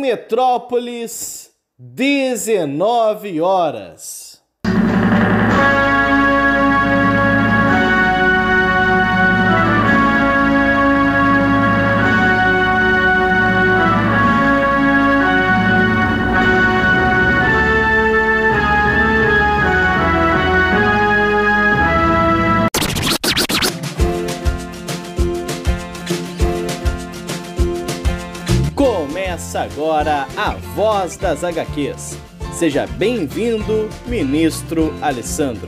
Metrópolis, 19 horas. Começa agora a Voz das HQs. Seja bem-vindo, Ministro Alessandro.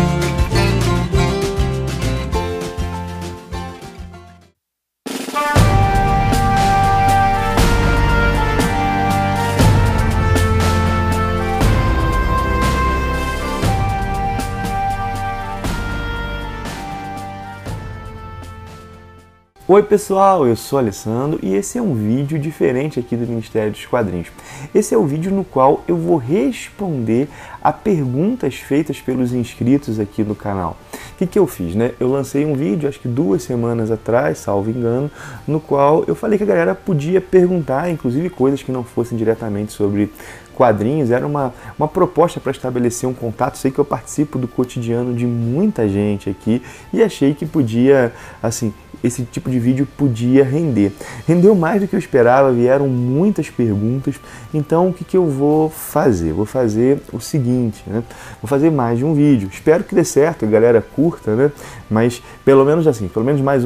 Oi pessoal, eu sou o Alessandro e esse é um vídeo diferente aqui do Ministério dos Quadrinhos. Esse é o vídeo no qual eu vou responder a perguntas feitas pelos inscritos aqui no canal. O que eu fiz, né? Eu lancei um vídeo, acho que 2 semanas atrás, salvo engano, no qual eu falei que a galera podia perguntar, inclusive coisas que não fossem diretamente sobre quadrinhos. Era uma proposta para estabelecer um contato. Sei que eu participo do cotidiano de muita gente aqui e achei que podia, assim, esse tipo de vídeo podia render. Rendeu mais do que eu esperava, vieram muitas perguntas, então o que eu vou fazer? Vou fazer o seguinte, né? Vou fazer mais de um vídeo. Espero que dê certo, a galera curta, né? Mas pelo menos assim, pelo menos mais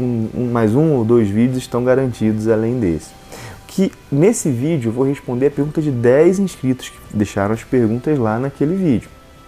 um ou 2 vídeos estão garantidos além desse. Que nesse vídeo eu vou responder a pergunta de 10 inscritos que deixaram as perguntas lá naquele vídeo.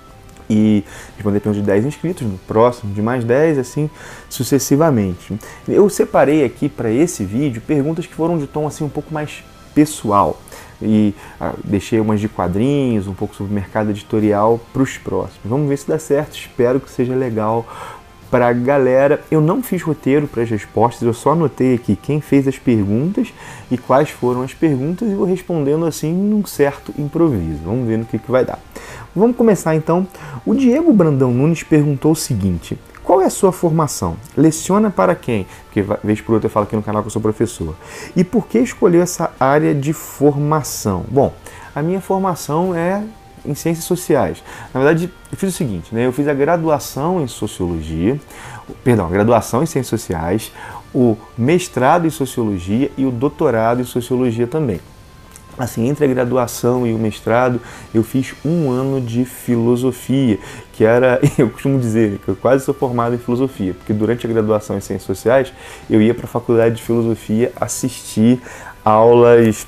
E responder a pergunta de 10 inscritos, no próximo de mais 10, assim sucessivamente. Eu separei aqui para esse vídeo perguntas que foram de tom assim um pouco mais pessoal. E deixei umas de quadrinhos, um pouco sobre o mercado editorial para os próximos. Vamos ver se dá certo, espero que seja legal para a galera. Eu não fiz roteiro para as respostas, eu só anotei aqui quem fez as perguntas e quais foram as perguntas e vou respondendo assim num certo improviso. Vamos ver no que vai dar. Vamos começar então. O Diego Brandão Nunes perguntou o seguinte: qual é a sua formação? Leciona para quem? Porque vez por outra eu falo aqui no canal que eu sou professor. E por que escolheu essa área de formação? Bom, a minha formação é em Ciências Sociais. Na verdade, eu fiz o seguinte, né? Eu fiz a graduação em Sociologia, a graduação em Ciências Sociais, o mestrado em Sociologia e o doutorado em Sociologia também. Assim, entre a graduação e o mestrado, eu fiz 1 ano de filosofia, que era, eu costumo dizer que eu quase sou formado em filosofia, porque durante a graduação em Ciências Sociais, eu ia para a faculdade de filosofia assistir aulas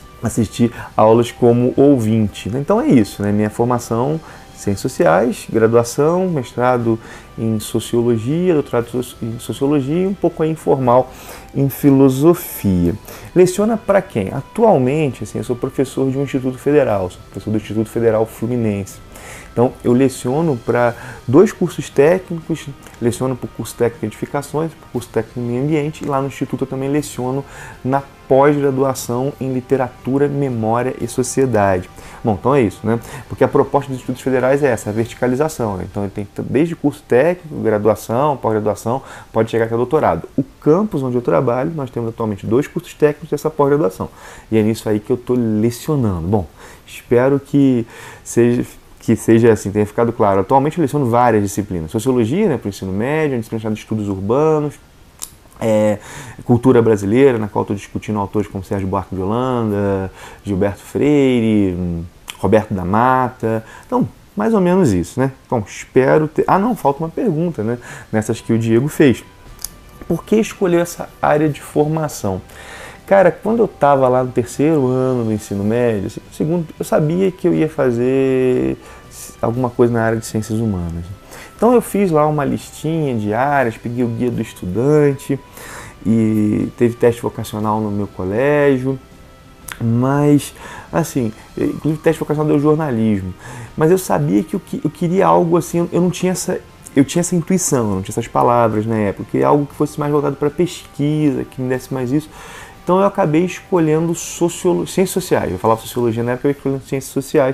como ouvinte. Então é isso, né? Minha formação, Ciências Sociais, graduação, mestrado em Sociologia, doutorado em Sociologia e um pouco informal em Filosofia. Leciona para quem? Atualmente, assim, eu sou professor de um Instituto Federal, sou professor do Instituto Federal Fluminense. Então, eu leciono para 2 cursos técnicos, leciono para o curso técnico de edificações, para o curso técnico de meio ambiente, e lá no Instituto eu também leciono na pós-graduação em literatura, memória e sociedade. Bom, então é isso, né? Porque a proposta dos institutos federais é essa, a verticalização, né? Então ele tem desde curso técnico, graduação, pós-graduação, pode chegar até doutorado. O campus onde eu trabalho, nós temos atualmente 2 cursos técnicos dessa pós-graduação. E é nisso aí que eu estou lecionando. Bom, espero que seja assim, tenha ficado claro. Atualmente eu leciono várias disciplinas. Sociologia, né, para o ensino médio, disciplina de estudos urbanos, cultura brasileira, na qual estou discutindo autores como Sérgio Buarque de Holanda, Gilberto Freire, Roberto da Mata. Então, mais ou menos isso, né? Então, espero ter... Ah, não, falta uma pergunta, né? Nessas que o Diego fez. Por que escolheu essa área de formação? Cara, quando eu estava lá no 3º ano do ensino médio, assim, segundo, eu sabia que eu ia fazer alguma coisa na área de ciências humanas. Então eu fiz lá uma listinha de áreas, peguei o guia do estudante e teve teste vocacional no meu colégio, mas assim, inclusive teste vocacional deu jornalismo, mas eu sabia que eu queria algo assim, eu tinha essa intuição, eu não tinha essas palavras na época, eu queria algo que fosse mais voltado para pesquisa, que me desse mais isso. Então eu acabei escolhendo ciências sociais. Eu falava sociologia na época, eu escolhi ciências sociais.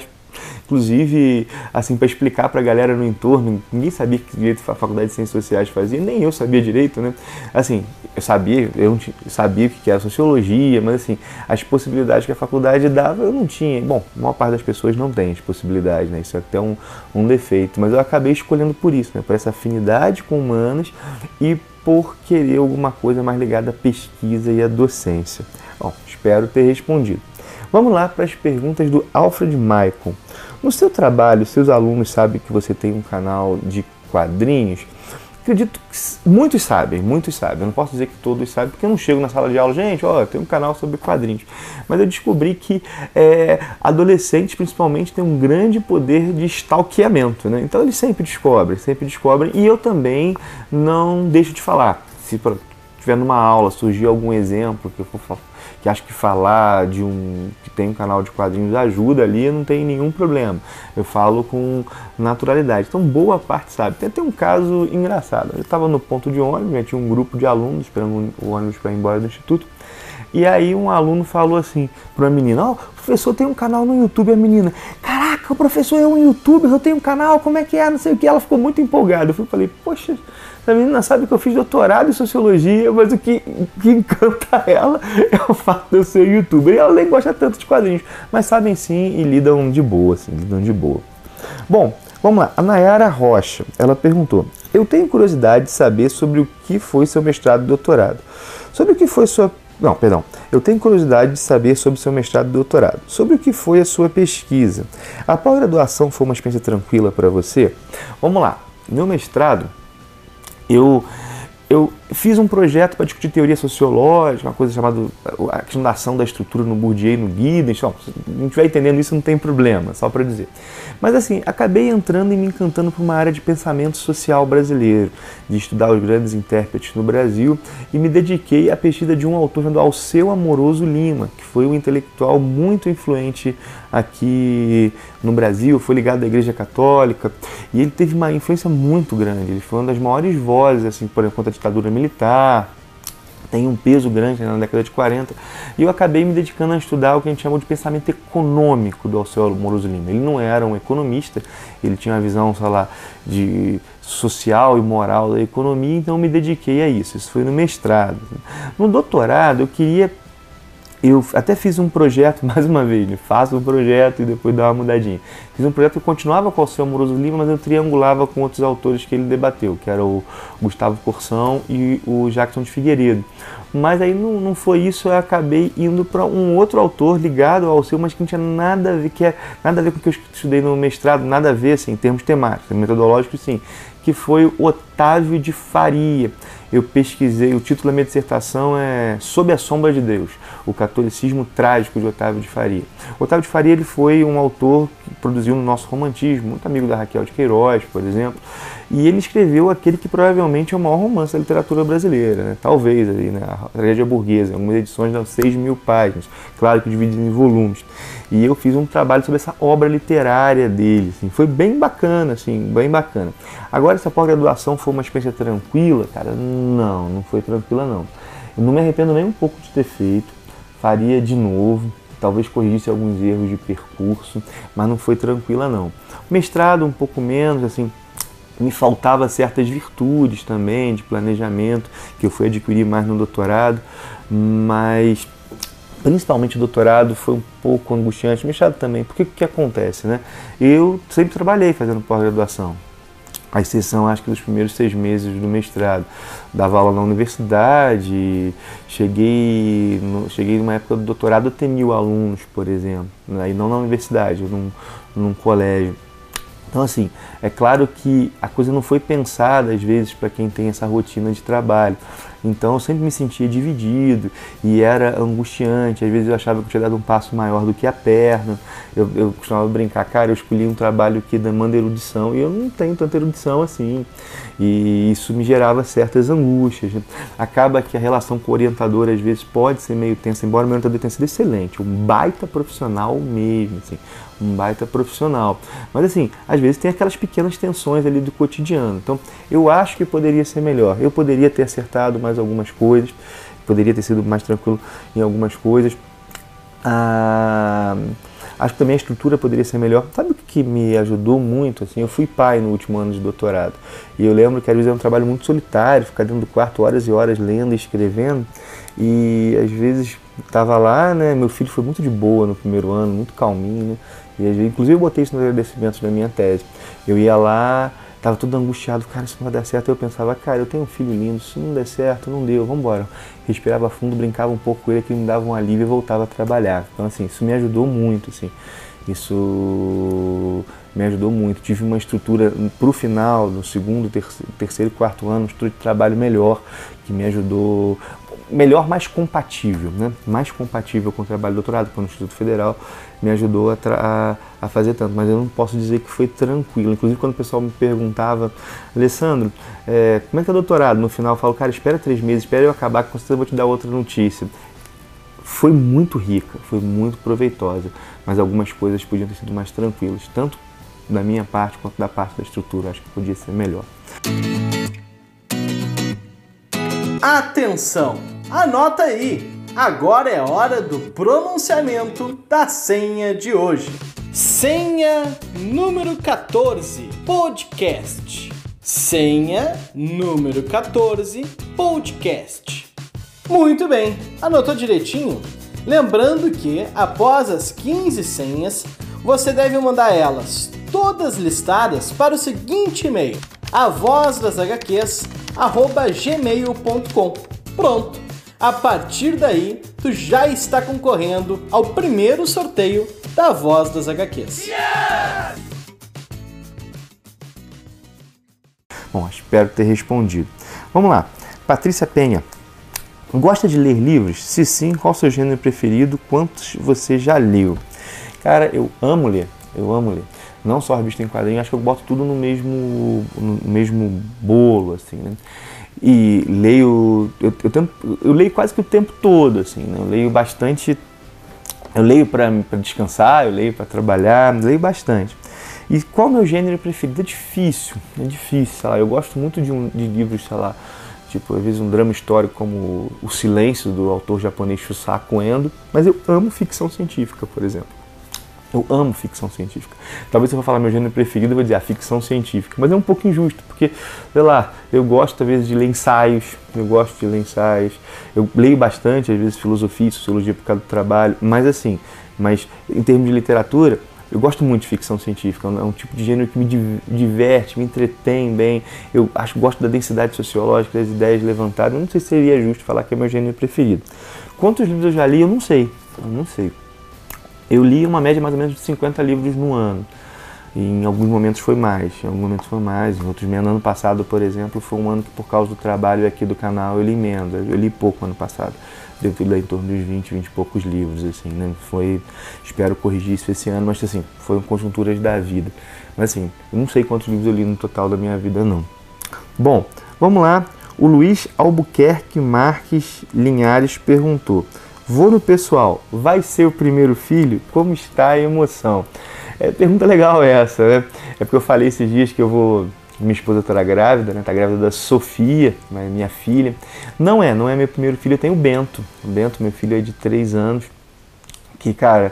Inclusive, assim, para explicar para a galera no entorno, ninguém sabia que direito a Faculdade de Ciências Sociais fazia, nem eu sabia direito, né? Assim, eu sabia o que era sociologia, mas assim, as possibilidades que a faculdade dava eu não tinha. Bom, a maior parte das pessoas não tem as possibilidades, né? Isso é até um defeito, mas eu acabei escolhendo por isso, né? Por essa afinidade com humanas e por querer alguma coisa mais ligada à pesquisa e à docência. Bom, espero ter respondido. Vamos lá para as perguntas do Alfred Michael. No seu trabalho, seus alunos sabem que você tem um canal de quadrinhos? Acredito que muitos sabem. Eu não posso dizer que todos sabem, porque eu não chego na sala de aula, gente, ó, eu tenho um canal sobre quadrinhos. Mas eu descobri que adolescentes, principalmente, têm um grande poder de stalkeamento, né? Então eles sempre descobrem, e eu também não deixo de falar. Se tiver numa aula, surgir algum exemplo que eu for falar, que acho que falar de que tem um canal de quadrinhos ajuda ali, não tem nenhum problema. Eu falo com naturalidade. Então, boa parte sabe. Tem até um caso engraçado. Eu estava no ponto de ônibus, já tinha um grupo de alunos esperando o ônibus para ir embora do instituto. E aí um aluno falou assim para uma menina, ó, o professor tem um canal no YouTube. A menina, caraca, o professor é um youtuber, eu tenho um canal, como é que é, não sei o que. Ela ficou muito empolgada. Eu falei, poxa, essa menina sabe que eu fiz doutorado em sociologia, mas o que encanta ela é o fato de eu ser youtuber. E ela nem gosta tanto de quadrinhos, mas sabem sim e lidam de boa, Bom, vamos lá. A Nayara Rocha, ela perguntou, eu tenho curiosidade de saber sobre o que foi seu mestrado e doutorado. Eu tenho curiosidade de saber sobre seu mestrado e doutorado. Sobre o que foi a sua pesquisa. A pós-graduação foi uma experiência tranquila para você? Vamos lá. Meu mestrado, eu fiz um projeto para discutir teoria sociológica, uma coisa chamada a questão da ação da estrutura no Bourdieu e no Giddens. Então, se não estiver entendendo isso, não tem problema, só para dizer. Mas assim, acabei entrando e me encantando por uma área de pensamento social brasileiro, de estudar os grandes intérpretes no Brasil, e me dediquei à pesquisa de um autor chamado Alceu Amoroso Lima, que foi um intelectual muito influente aqui no Brasil, foi ligado à Igreja Católica, e ele teve uma influência muito grande. Ele foi uma das maiores vozes, assim, por exemplo, contra a ditadura militar, tem um peso grande na década de 40, e eu acabei me dedicando a estudar o que a gente chama de pensamento econômico do Alceu Amoroso Lima. Ele não era um economista, ele tinha uma visão, sei lá, de social e moral da economia, então eu me dediquei a isso. Isso foi no mestrado. No doutorado, eu até fiz um projeto, mais uma vez, faço um projeto e depois dá uma mudadinha. Fiz um projeto que eu continuava com o Alceu Amoroso Lima, mas eu triangulava com outros autores que ele debateu, que era o Gustavo Corsão e o Jackson de Figueiredo. Mas aí não foi isso, eu acabei indo para um outro autor ligado ao Alceu, mas que não tinha nada a ver, nada a ver com o que eu estudei no mestrado, nada a ver, assim, em termos temáticos, metodológicos, sim, que foi o Otávio de Faria. Eu pesquisei, o título da minha dissertação é Sob a Sombra de Deus, o catolicismo trágico de Otávio de Faria. O Otávio de Faria, ele foi um autor que produziu no nosso romantismo, muito amigo da Raquel de Queiroz, por exemplo, e ele escreveu aquele que provavelmente é o maior romance da literatura brasileira, né? Talvez, ali, né? A Tragédia Burguesa, algumas edições de 6.000 páginas, claro que dividido em volumes. E eu fiz um trabalho sobre essa obra literária dele, assim, foi bem bacana, assim, bem bacana. Agora, se a pós-graduação foi uma experiência tranquila, cara, não foi tranquila não. Eu não me arrependo nem um pouco de ter feito, faria de novo, talvez corrigisse alguns erros de percurso, mas não foi tranquila não. O mestrado um pouco menos, assim, me faltava certas virtudes também de planejamento, que eu fui adquirir mais no doutorado, mas principalmente o doutorado foi um pouco angustiante, mestrado também, porque o que acontece, né? Eu sempre trabalhei fazendo pós-graduação, à exceção, acho que dos primeiros 6 meses do mestrado. Dava aula na universidade, cheguei numa época do doutorado a ter 1.000 alunos, por exemplo, né? E não na universidade, num colégio. Então, assim, é claro que a coisa não foi pensada, às vezes, para quem tem essa rotina de trabalho. Então, eu sempre me sentia dividido e era angustiante. Às vezes, eu achava que eu tinha dado um passo maior do que a perna. Eu costumava brincar, cara, eu escolhi um trabalho que demanda erudição e eu não tenho tanta erudição assim. E isso me gerava certas angústias. Acaba que a relação com o orientador, às vezes, pode ser meio tensa, embora o meu orientador tenha sido excelente, um baita profissional mesmo, assim. Um baita profissional. Mas assim, às vezes tem aquelas pequenas tensões ali do cotidiano. Então, eu acho que poderia ser melhor. Eu poderia ter acertado mais algumas coisas, poderia ter sido mais tranquilo em algumas coisas. Acho que também a estrutura poderia ser melhor. Sabe o que me ajudou muito, assim, eu fui pai no último ano de doutorado. E eu lembro que às vezes era um trabalho muito solitário, ficar dentro do quarto horas e horas lendo e escrevendo. E às vezes estava lá, né, meu filho foi muito de boa no primeiro ano, muito calminho, né, e às vezes, inclusive eu botei isso nos agradecimentos da minha tese. Eu ia lá, tava todo angustiado, cara, isso não vai dar certo. Eu pensava, cara, eu tenho um filho lindo, se não der certo, não deu, vamos embora. Respirava fundo, brincava um pouco com ele, que me dava um alívio e voltava a trabalhar. Então, assim, isso me ajudou muito, assim. Isso me ajudou muito. Tive uma estrutura para o final, no segundo, terceiro e quarto ano, uma estrutura de trabalho melhor, que me ajudou, melhor, mais compatível, né? Mais compatível com o trabalho de doutorado, com o Instituto Federal, me ajudou a fazer tanto. Mas eu não posso dizer que foi tranquilo. Inclusive, quando o pessoal me perguntava, Alessandro, como é que é o doutorado? No final eu falo, cara, espera 3 meses, espera eu acabar, que com certeza eu vou te dar outra notícia. Foi muito rica, foi muito proveitosa, mas algumas coisas podiam ter sido mais tranquilas, tanto da minha parte quanto da parte da estrutura. Acho que podia ser melhor. Atenção! Anota aí! Agora é hora do pronunciamento da senha de hoje. Senha número 14, podcast. Senha número 14, podcast. Muito bem, anotou direitinho? Lembrando que, após as 15 senhas, você deve mandar elas todas listadas para o seguinte e-mail: avozdashqs@gmail.com. Pronto! A partir daí, tu já está concorrendo ao primeiro sorteio da Voz das HQs. Yeah! Bom, espero ter respondido. Vamos lá. Patrícia Penha. Gosta de ler livros? Se sim, qual o seu gênero preferido? Quantos você já leu? Cara, eu amo ler. Eu amo ler. Não só revista em quadrinhos, acho que eu boto tudo no mesmo bolo, assim, né? E leio, eu leio quase que o tempo todo, assim, né? Eu leio bastante, eu leio para descansar, eu leio para trabalhar, leio bastante. E qual o meu gênero preferido? É difícil, sei lá, eu gosto muito de livros, sei lá, tipo, às vezes um drama histórico como O Silêncio, do autor japonês Shusaku Endo, mas eu amo ficção científica, por exemplo. Eu amo ficção científica. Talvez se eu for falar meu gênero preferido, eu vou dizer a ficção científica. Mas é um pouco injusto, porque, sei lá, eu gosto às vezes de ler ensaios, eu leio bastante, às vezes, filosofia e sociologia por causa do trabalho, mas em termos de literatura, eu gosto muito de ficção científica, é um tipo de gênero que me diverte, me entretém bem, gosto da densidade sociológica, das ideias levantadas. Eu não sei se seria justo falar que é meu gênero preferido. Quantos livros eu já li, eu não sei. Eu li uma média mais ou menos de 50 livros no ano. E em alguns momentos foi mais, em outros menos. Ano passado, por exemplo, foi um ano que, por causa do trabalho aqui do canal, eu li menos. Eu li pouco ano passado. Devo ler em torno dos 20 e poucos livros, assim, né? Espero corrigir isso esse ano, mas assim, foram conjunturas da vida. Mas assim, eu não sei quantos livros eu li no total da minha vida, não. Bom, vamos lá. O Luiz Albuquerque Marques Linhares perguntou: vou no pessoal, vai ser o primeiro filho? Como está a emoção? Pergunta legal essa, né? É porque eu falei esses dias que minha esposa está grávida, né? Está grávida da Sofia, minha filha. Não é meu primeiro filho, eu tenho o Bento. O Bento, meu filho, é de 3 anos. Que, cara,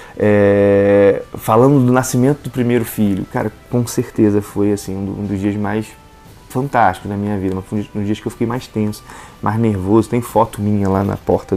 falando do nascimento do primeiro filho, cara, com certeza foi, assim, um dos dias mais fantásticos da minha vida. Foi um dos dias que eu fiquei mais tenso, mais nervoso. Tem foto minha lá na porta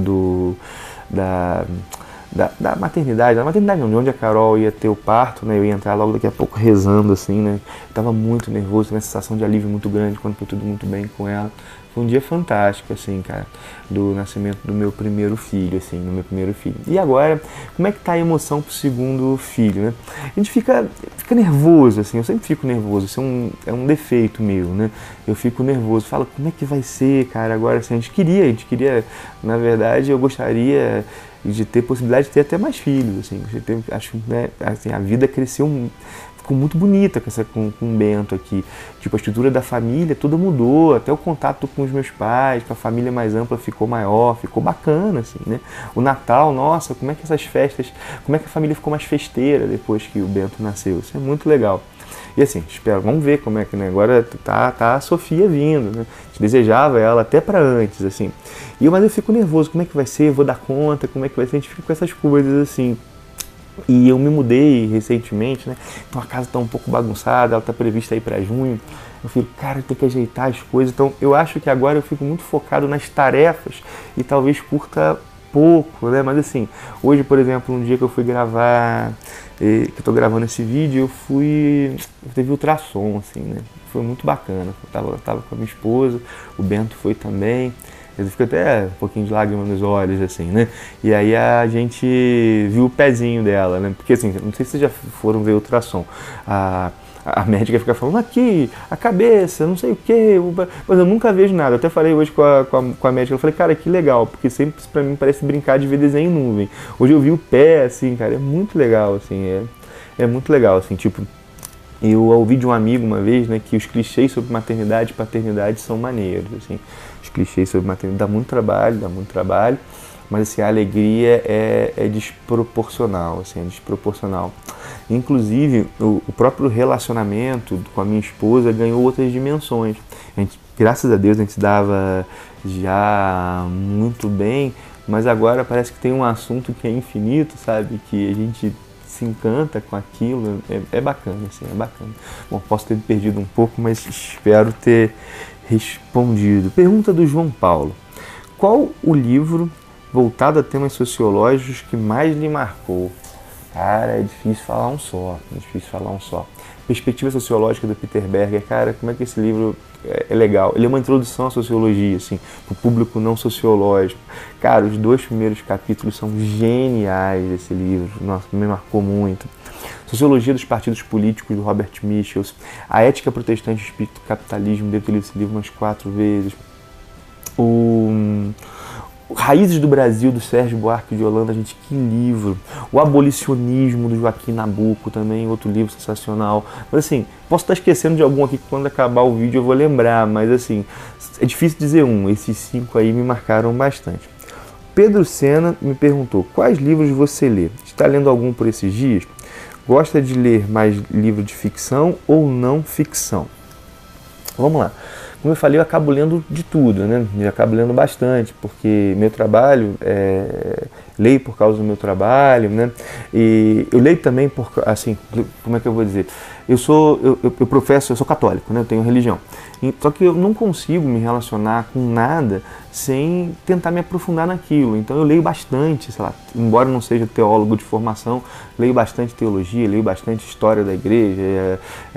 da maternidade, não, de onde a Carol ia ter o parto, né? Eu ia entrar logo daqui a pouco rezando, assim, né? Eu tava muito nervoso, tinha uma sensação de alívio muito grande quando foi tudo muito bem com ela. Foi um dia fantástico, assim, cara, do nascimento do meu primeiro filho, E agora, como é que tá a emoção pro segundo filho, né? A gente fica nervoso, assim, eu sempre fico nervoso, isso é um defeito meu, né? Eu fico nervoso, falo, como é que vai ser, cara, agora, assim, a gente queria, na verdade, eu gostaria de ter possibilidade de ter até mais filhos, assim, acho, né, assim, a vida ficou muito bonita com o Bento aqui, tipo, a estrutura da família toda mudou, até o contato com os meus pais, com a família mais ampla ficou maior, ficou bacana, assim, né, o Natal, nossa, como é que essas festas, como é que a família ficou mais festeira depois que o Bento nasceu, isso é muito legal. E assim, vamos ver como é que, né, agora tá a Sofia vindo, né, a gente desejava ela até para antes, assim, mas eu fico nervoso, como é que vai ser, vou dar conta, como é que vai ser, a gente fica com essas coisas, assim, E eu me mudei recentemente, né? Então a casa está um pouco bagunçada, ela está prevista aí para junho. Eu fico, cara, eu tenho que ajeitar as coisas. Então eu acho que agora eu fico muito focado nas tarefas e talvez curta pouco, né? Mas assim, hoje, por exemplo, um dia que eu fui gravar, que eu tô gravando esse vídeo, teve ultrassom, assim, né? Foi muito bacana. Eu tava com a minha esposa, o Bento foi também. Ele fica até um pouquinho de lágrima nos olhos, assim, né? E aí a gente viu o pezinho dela, né? Porque assim, não sei se vocês já foram ver ultrassom. A médica fica falando aqui, a cabeça, não sei o quê, mas eu nunca vejo nada. Eu até falei hoje com a médica, eu falei, cara, que legal, porque sempre pra mim parece brincar de ver desenho em nuvem. Hoje eu vi o pé, assim, cara, é muito legal, assim, é muito legal, assim, tipo, eu ouvi de um amigo uma vez, né, que os clichês sobre maternidade e paternidade são maneiros, assim, os clichês sobre maternidade dá muito trabalho, mas assim, a alegria é desproporcional, assim, é desproporcional. Inclusive, o próprio relacionamento com a minha esposa ganhou outras dimensões. A gente, graças a Deus, a gente se dava já muito bem, mas agora parece que tem um assunto que é infinito, sabe? Que a gente se encanta com aquilo, é bacana, assim, é bacana. Bom, posso ter me perdido um pouco, mas espero ter respondido. Pergunta do João Paulo. Qual o livro voltado a temas sociológicos que mais lhe marcou? Cara, é difícil falar um só. Perspectiva Sociológica do Peter Berger, cara, como é que esse livro é legal. Ele é uma introdução à sociologia, assim, para o público não sociológico. Cara, os 2 primeiros capítulos são geniais desse livro, nossa, me marcou muito. Sociologia dos Partidos Políticos, do Robert Michels. A Ética Protestante e o Espírito do Capitalismo, devo ter lido esse livro umas 4 vezes. Raízes do Brasil, do Sérgio Buarque de Holanda, gente, que livro. O Abolicionismo, do Joaquim Nabuco, também, outro livro sensacional. Mas assim, posso estar esquecendo de algum aqui que quando acabar o vídeo eu vou lembrar, mas assim, é difícil dizer um. Esses 5 aí me marcaram bastante. Pedro Sena me perguntou, quais livros você lê? Está lendo algum por esses dias? Gosta de ler mais livro de ficção ou não ficção? Vamos lá. Como eu falei, eu acabo lendo de tudo, né? Eu acabo lendo bastante, porque meu trabalho, leio por causa do meu trabalho, né? E eu leio também por, assim, como é que eu vou dizer? Eu sou católico, né? Eu tenho religião. Só que eu não consigo me relacionar com nada sem tentar me aprofundar naquilo. Então eu leio bastante, sei lá, embora não seja teólogo de formação, leio bastante teologia, leio bastante história da igreja,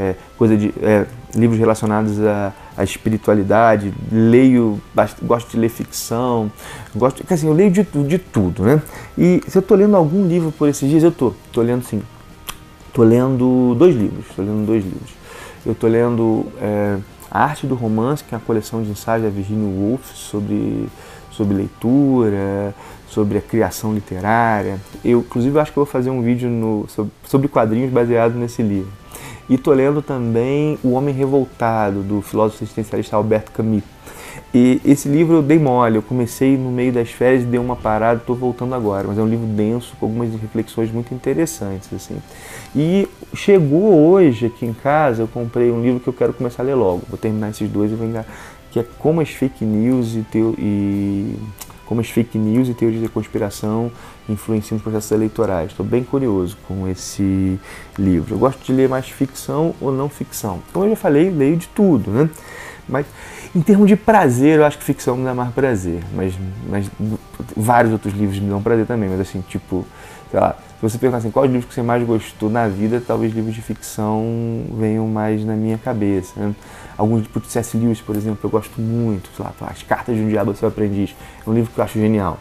livros relacionados à espiritualidade, gosto de ler ficção, eu leio de tudo, né? E se eu estou lendo algum livro por esses dias, eu estou lendo sim. Estou lendo 2 livros. Eu estou lendo A Arte do Romance, que é a coleção de ensaios da Virginia Woolf sobre leitura, sobre a criação literária. Eu, inclusive, acho que vou fazer um vídeo sobre quadrinhos baseado nesse livro. E estou lendo também O Homem Revoltado, do filósofo existencialista Albert Camus. E esse livro eu dei mole, eu comecei no meio das férias e dei uma parada, estou voltando agora, mas é um livro denso, com algumas reflexões muito interessantes, assim. E chegou hoje aqui em casa, eu comprei um livro que eu quero começar a ler logo, vou terminar esses 2 e vou enganar, que é Como as Fake News e Teorias da Conspiração Influenciam os Processos Eleitorais. Estou bem curioso com esse livro. Eu gosto de ler mais ficção ou não ficção. Como eu já falei, leio de tudo, né? Mas em termos de prazer, eu acho que ficção me dá mais prazer. Mas vários outros livros me dão prazer também. Mas assim, tipo, sei lá, se você perguntar assim, qual os livros que você mais gostou na vida, talvez livros de ficção venham mais na minha cabeça, né? Alguns tipo de C.S. Lewis, por exemplo, eu gosto muito, sei lá, As Cartas de um Diabo ao Seu Aprendiz. É um livro que eu acho genial.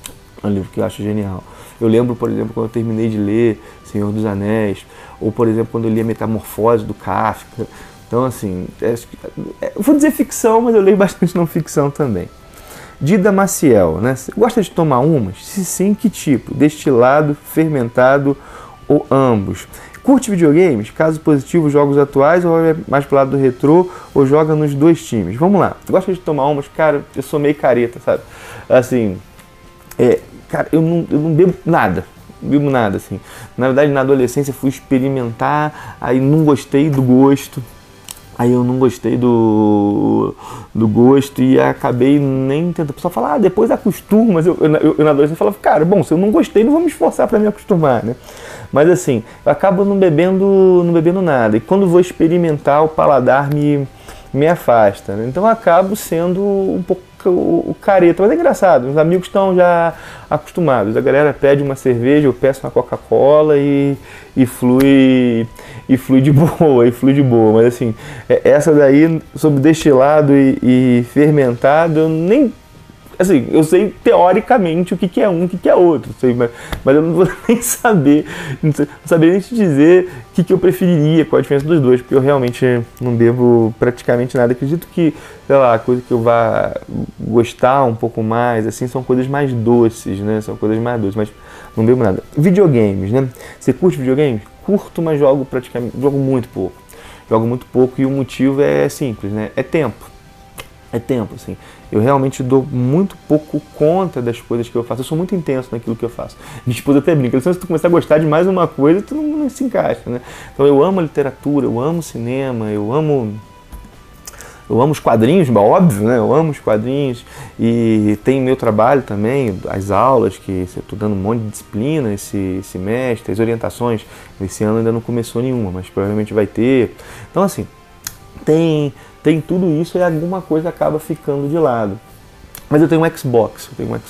Eu lembro, por exemplo, quando eu terminei de ler Senhor dos Anéis, ou, por exemplo, quando eu li A Metamorfose do Kafka. Então, assim, eu vou dizer ficção, mas eu leio bastante não ficção também. Dida Maciel, né? Você gosta de tomar umas? Se sim, que tipo? Destilado, fermentado ou ambos? Curte videogames? Caso positivo, jogos atuais ou é mais pro lado do retrô ou joga nos 2 times? Vamos lá. Gosta de tomar umas? Cara, eu sou meio careta, sabe? Assim, cara, eu não bebo nada. Assim. Na verdade, na adolescência fui experimentar, aí não gostei do gosto. Aí eu não gostei do gosto e acabei nem tentando. O pessoal fala, depois acostuma, mas eu na adolescência falava, cara, bom, se eu não gostei, não vou me esforçar para me acostumar, né? Mas assim, eu acabo não bebendo nada. E quando vou experimentar, o paladar me afasta, né? Então eu acabo sendo um pouco o careta, mas é engraçado, os amigos estão já acostumados, a galera pede uma cerveja, eu peço uma Coca-Cola e flui de boa, mas assim, essa daí, sobre destilado e fermentado, eu nem, assim, eu sei teoricamente o que é um, o que é outro, sei, mas eu não vou nem saber, não saberia nem te dizer o que eu preferiria, qual a diferença dos dois, porque eu realmente não bebo praticamente nada. Acredito que, sei lá, a coisa que eu vá gostar um pouco mais, assim, são coisas mais doces, né? São coisas mais doces, mas não bebo nada. Videogames, né? Você curte videogames? Curto, mas jogo muito pouco. Jogo muito pouco e o motivo é simples, né? É tempo. É tempo, assim. Eu realmente dou muito pouco conta das coisas que eu faço. Eu sou muito intenso naquilo que eu faço. Minha esposa até brinca. Se tu começar a gostar de mais uma coisa, tu não se encaixa, né? Então eu amo a literatura, eu amo cinema, eu amo os quadrinhos, óbvio, né? Eu amo os quadrinhos e tem meu trabalho também, as aulas, que eu estou dando um monte de disciplina esse semestre, as orientações. Esse ano ainda não começou nenhuma, mas provavelmente vai ter. Então, assim, tem tudo isso e alguma coisa acaba ficando de lado. Mas eu tenho um Xbox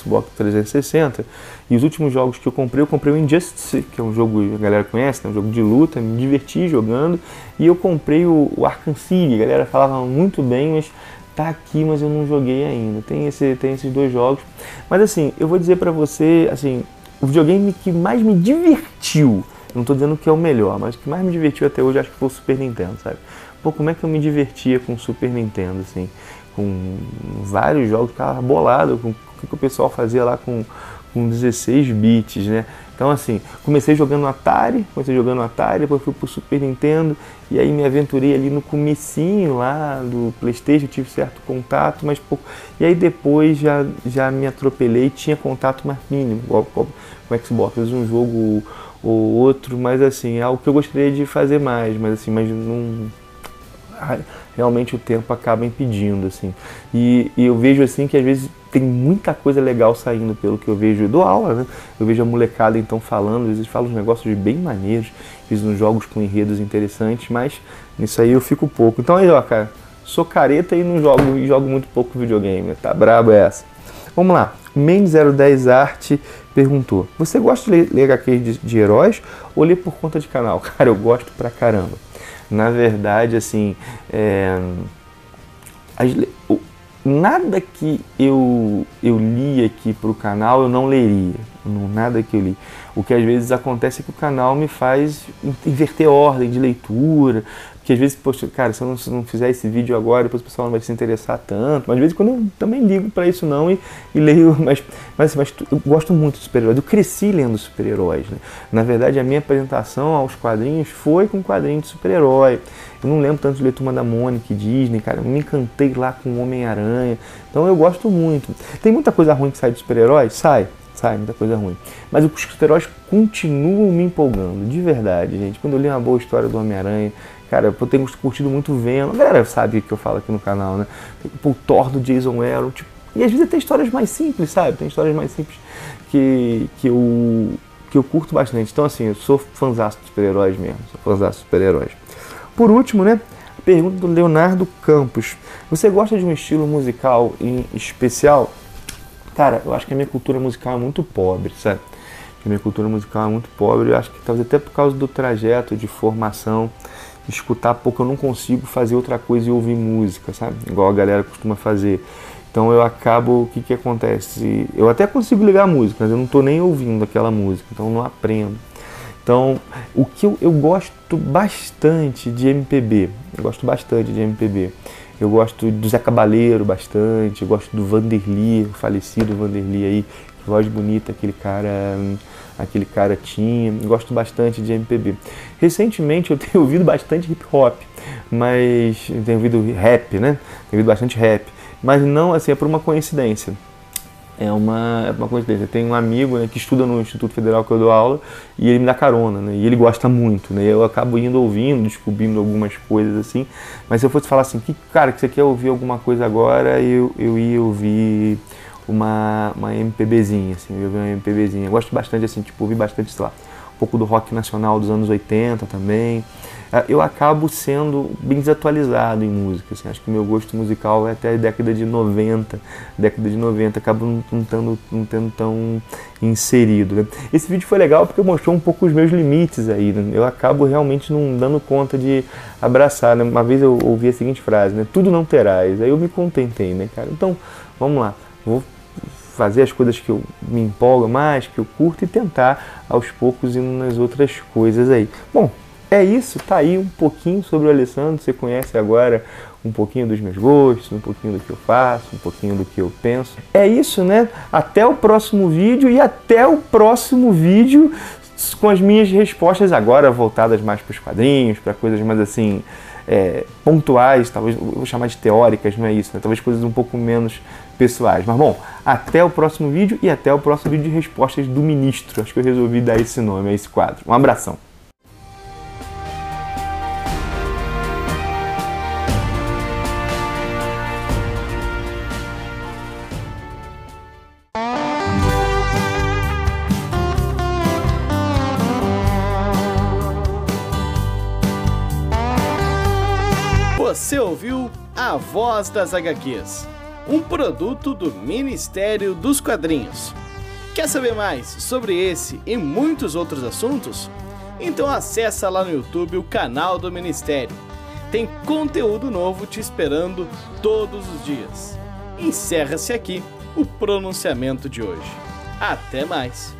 360 e os últimos jogos que eu comprei o Injustice, que é um jogo que a galera conhece, né? Um jogo de luta, me diverti jogando, e eu comprei o Arkham City, a galera falava muito bem, mas tá aqui, mas eu não joguei ainda. Tem esses dois jogos, mas assim, eu vou dizer pra você, assim, o videogame que mais me divertiu, não tô dizendo que é o melhor, mas o que mais me divertiu até hoje acho que foi o Super Nintendo, sabe? Pô, como é que eu me divertia com o Super Nintendo, assim, com vários jogos, ficava bolado com o que o pessoal fazia lá com 16 bits, né? Então, assim, comecei jogando no Atari, depois fui pro Super Nintendo, e aí me aventurei ali no comecinho lá do PlayStation, tive certo contato, mas pouco. E aí depois já me atropelei, tinha contato mais mínimo, igual com o Xbox, fiz um jogo ou outro, mas assim, é algo que eu gostaria de fazer mais, mas não... realmente o tempo acaba impedindo, assim. E eu vejo, assim, que às vezes tem muita coisa legal saindo pelo que eu vejo. Eu dou aula, né? Eu vejo a molecada, então, falando, às vezes falam uns negócios bem maneiros, fiz uns jogos com enredos interessantes, mas nisso aí eu fico pouco. Então aí, ó, cara, sou careta e não jogo muito pouco videogame, tá brabo essa. Vamos lá, Main010 Art perguntou, você gosta de ler HQs de heróis ou ler por conta de canal? Cara, eu gosto pra caramba. Na verdade, assim, nada que eu li aqui para o canal eu não leria, nada que eu li. O que às vezes acontece é que o canal me faz inverter a ordem de leitura, porque às vezes, poxa, cara, se eu não fizer esse vídeo agora, depois o pessoal não vai se interessar tanto, mas às vezes quando eu também ligo para isso não e leio, mas eu gosto muito de super-heróis, eu cresci lendo super-heróis, né? Na verdade, a minha apresentação aos quadrinhos foi com quadrinho de super-herói. Eu não lembro tanto de ler Turma da Mônica e Disney, cara, eu me encantei lá com o Homem-Aranha, então eu gosto muito. Tem muita coisa ruim que sai de super-heróis? Sai muita coisa ruim. Mas os super-heróis continuam me empolgando, de verdade, gente. Quando eu li uma boa história do Homem-Aranha, cara, eu tenho curtido muito Venom. A galera sabe o que eu falo aqui no canal, né? O Thor do Jason Aaron, tipo, e às vezes tem histórias mais simples, sabe? Tem histórias mais simples que eu curto bastante. Então, assim, eu sou fãzaço de super-heróis mesmo. Por último, né? A pergunta do Leonardo Campos. Você gosta de um estilo musical em especial? Cara, eu acho que a minha cultura musical é muito pobre, sabe? A minha cultura musical é muito pobre. Eu acho que talvez até por causa do trajeto de formação, escutar pouco, eu não consigo fazer outra coisa e ouvir música, sabe? Igual a galera costuma fazer. Então eu acabo, o que acontece? Eu até consigo ligar a música, mas eu não estou nem ouvindo aquela música, então eu não aprendo. Então, o que eu gosto bastante de MPB, eu gosto do Zé Cabaleiro bastante, eu gosto do Vanderly, o falecido Vanderly aí, que voz bonita aquele cara tinha, eu gosto bastante de MPB. Recentemente eu tenho ouvido bastante hip hop, mas tenho ouvido rap, né? Tenho ouvido bastante rap, mas não, assim, é por uma coincidência. é uma coincidência. Eu tenho um amigo, né, que estuda no Instituto Federal que eu dou aula e ele me dá carona, né, e ele gosta muito, né, eu acabo indo ouvindo, descobrindo algumas coisas assim, mas se eu fosse falar assim, cara, que você quer ouvir alguma coisa agora, eu ia ouvir uma MPBzinha, assim, eu ia ouvir uma MPBzinha. Eu gosto bastante, assim, tipo, ouvir bastante, sei lá, um pouco do rock nacional dos anos 80 também. Eu acabo sendo bem desatualizado em música, assim, acho que o meu gosto musical é até a década de 90, acabo não tendo tão inserido, né? Esse vídeo foi legal porque mostrou um pouco os meus limites aí, né? Eu acabo realmente não dando conta de abraçar, né? Uma vez eu ouvi a seguinte frase, né? Tudo não terás, aí eu me contentei, né, cara? Então, vamos lá, vou fazer as coisas que eu me empolgo mais, que eu curto e tentar aos poucos ir nas outras coisas aí. Bom, é isso, tá aí um pouquinho sobre o Alessandro, você conhece agora um pouquinho dos meus gostos, um pouquinho do que eu faço, um pouquinho do que eu penso. É isso, né? Até o próximo vídeo e até o próximo vídeo com as minhas respostas agora voltadas mais para os quadrinhos, para coisas mais assim, pontuais, talvez, eu vou chamar de teóricas, não é isso, né? Talvez coisas um pouco menos pessoais. Mas bom, até o próximo vídeo e até o próximo vídeo de respostas do ministro. Acho que eu resolvi dar esse nome a esse quadro. Um abração. Você ouviu A Voz das HQs, um produto do Ministério dos Quadrinhos. Quer saber mais sobre esse e muitos outros assuntos? Então acessa lá no YouTube o canal do Ministério. Tem conteúdo novo te esperando todos os dias. Encerra-se aqui o pronunciamento de hoje. Até mais!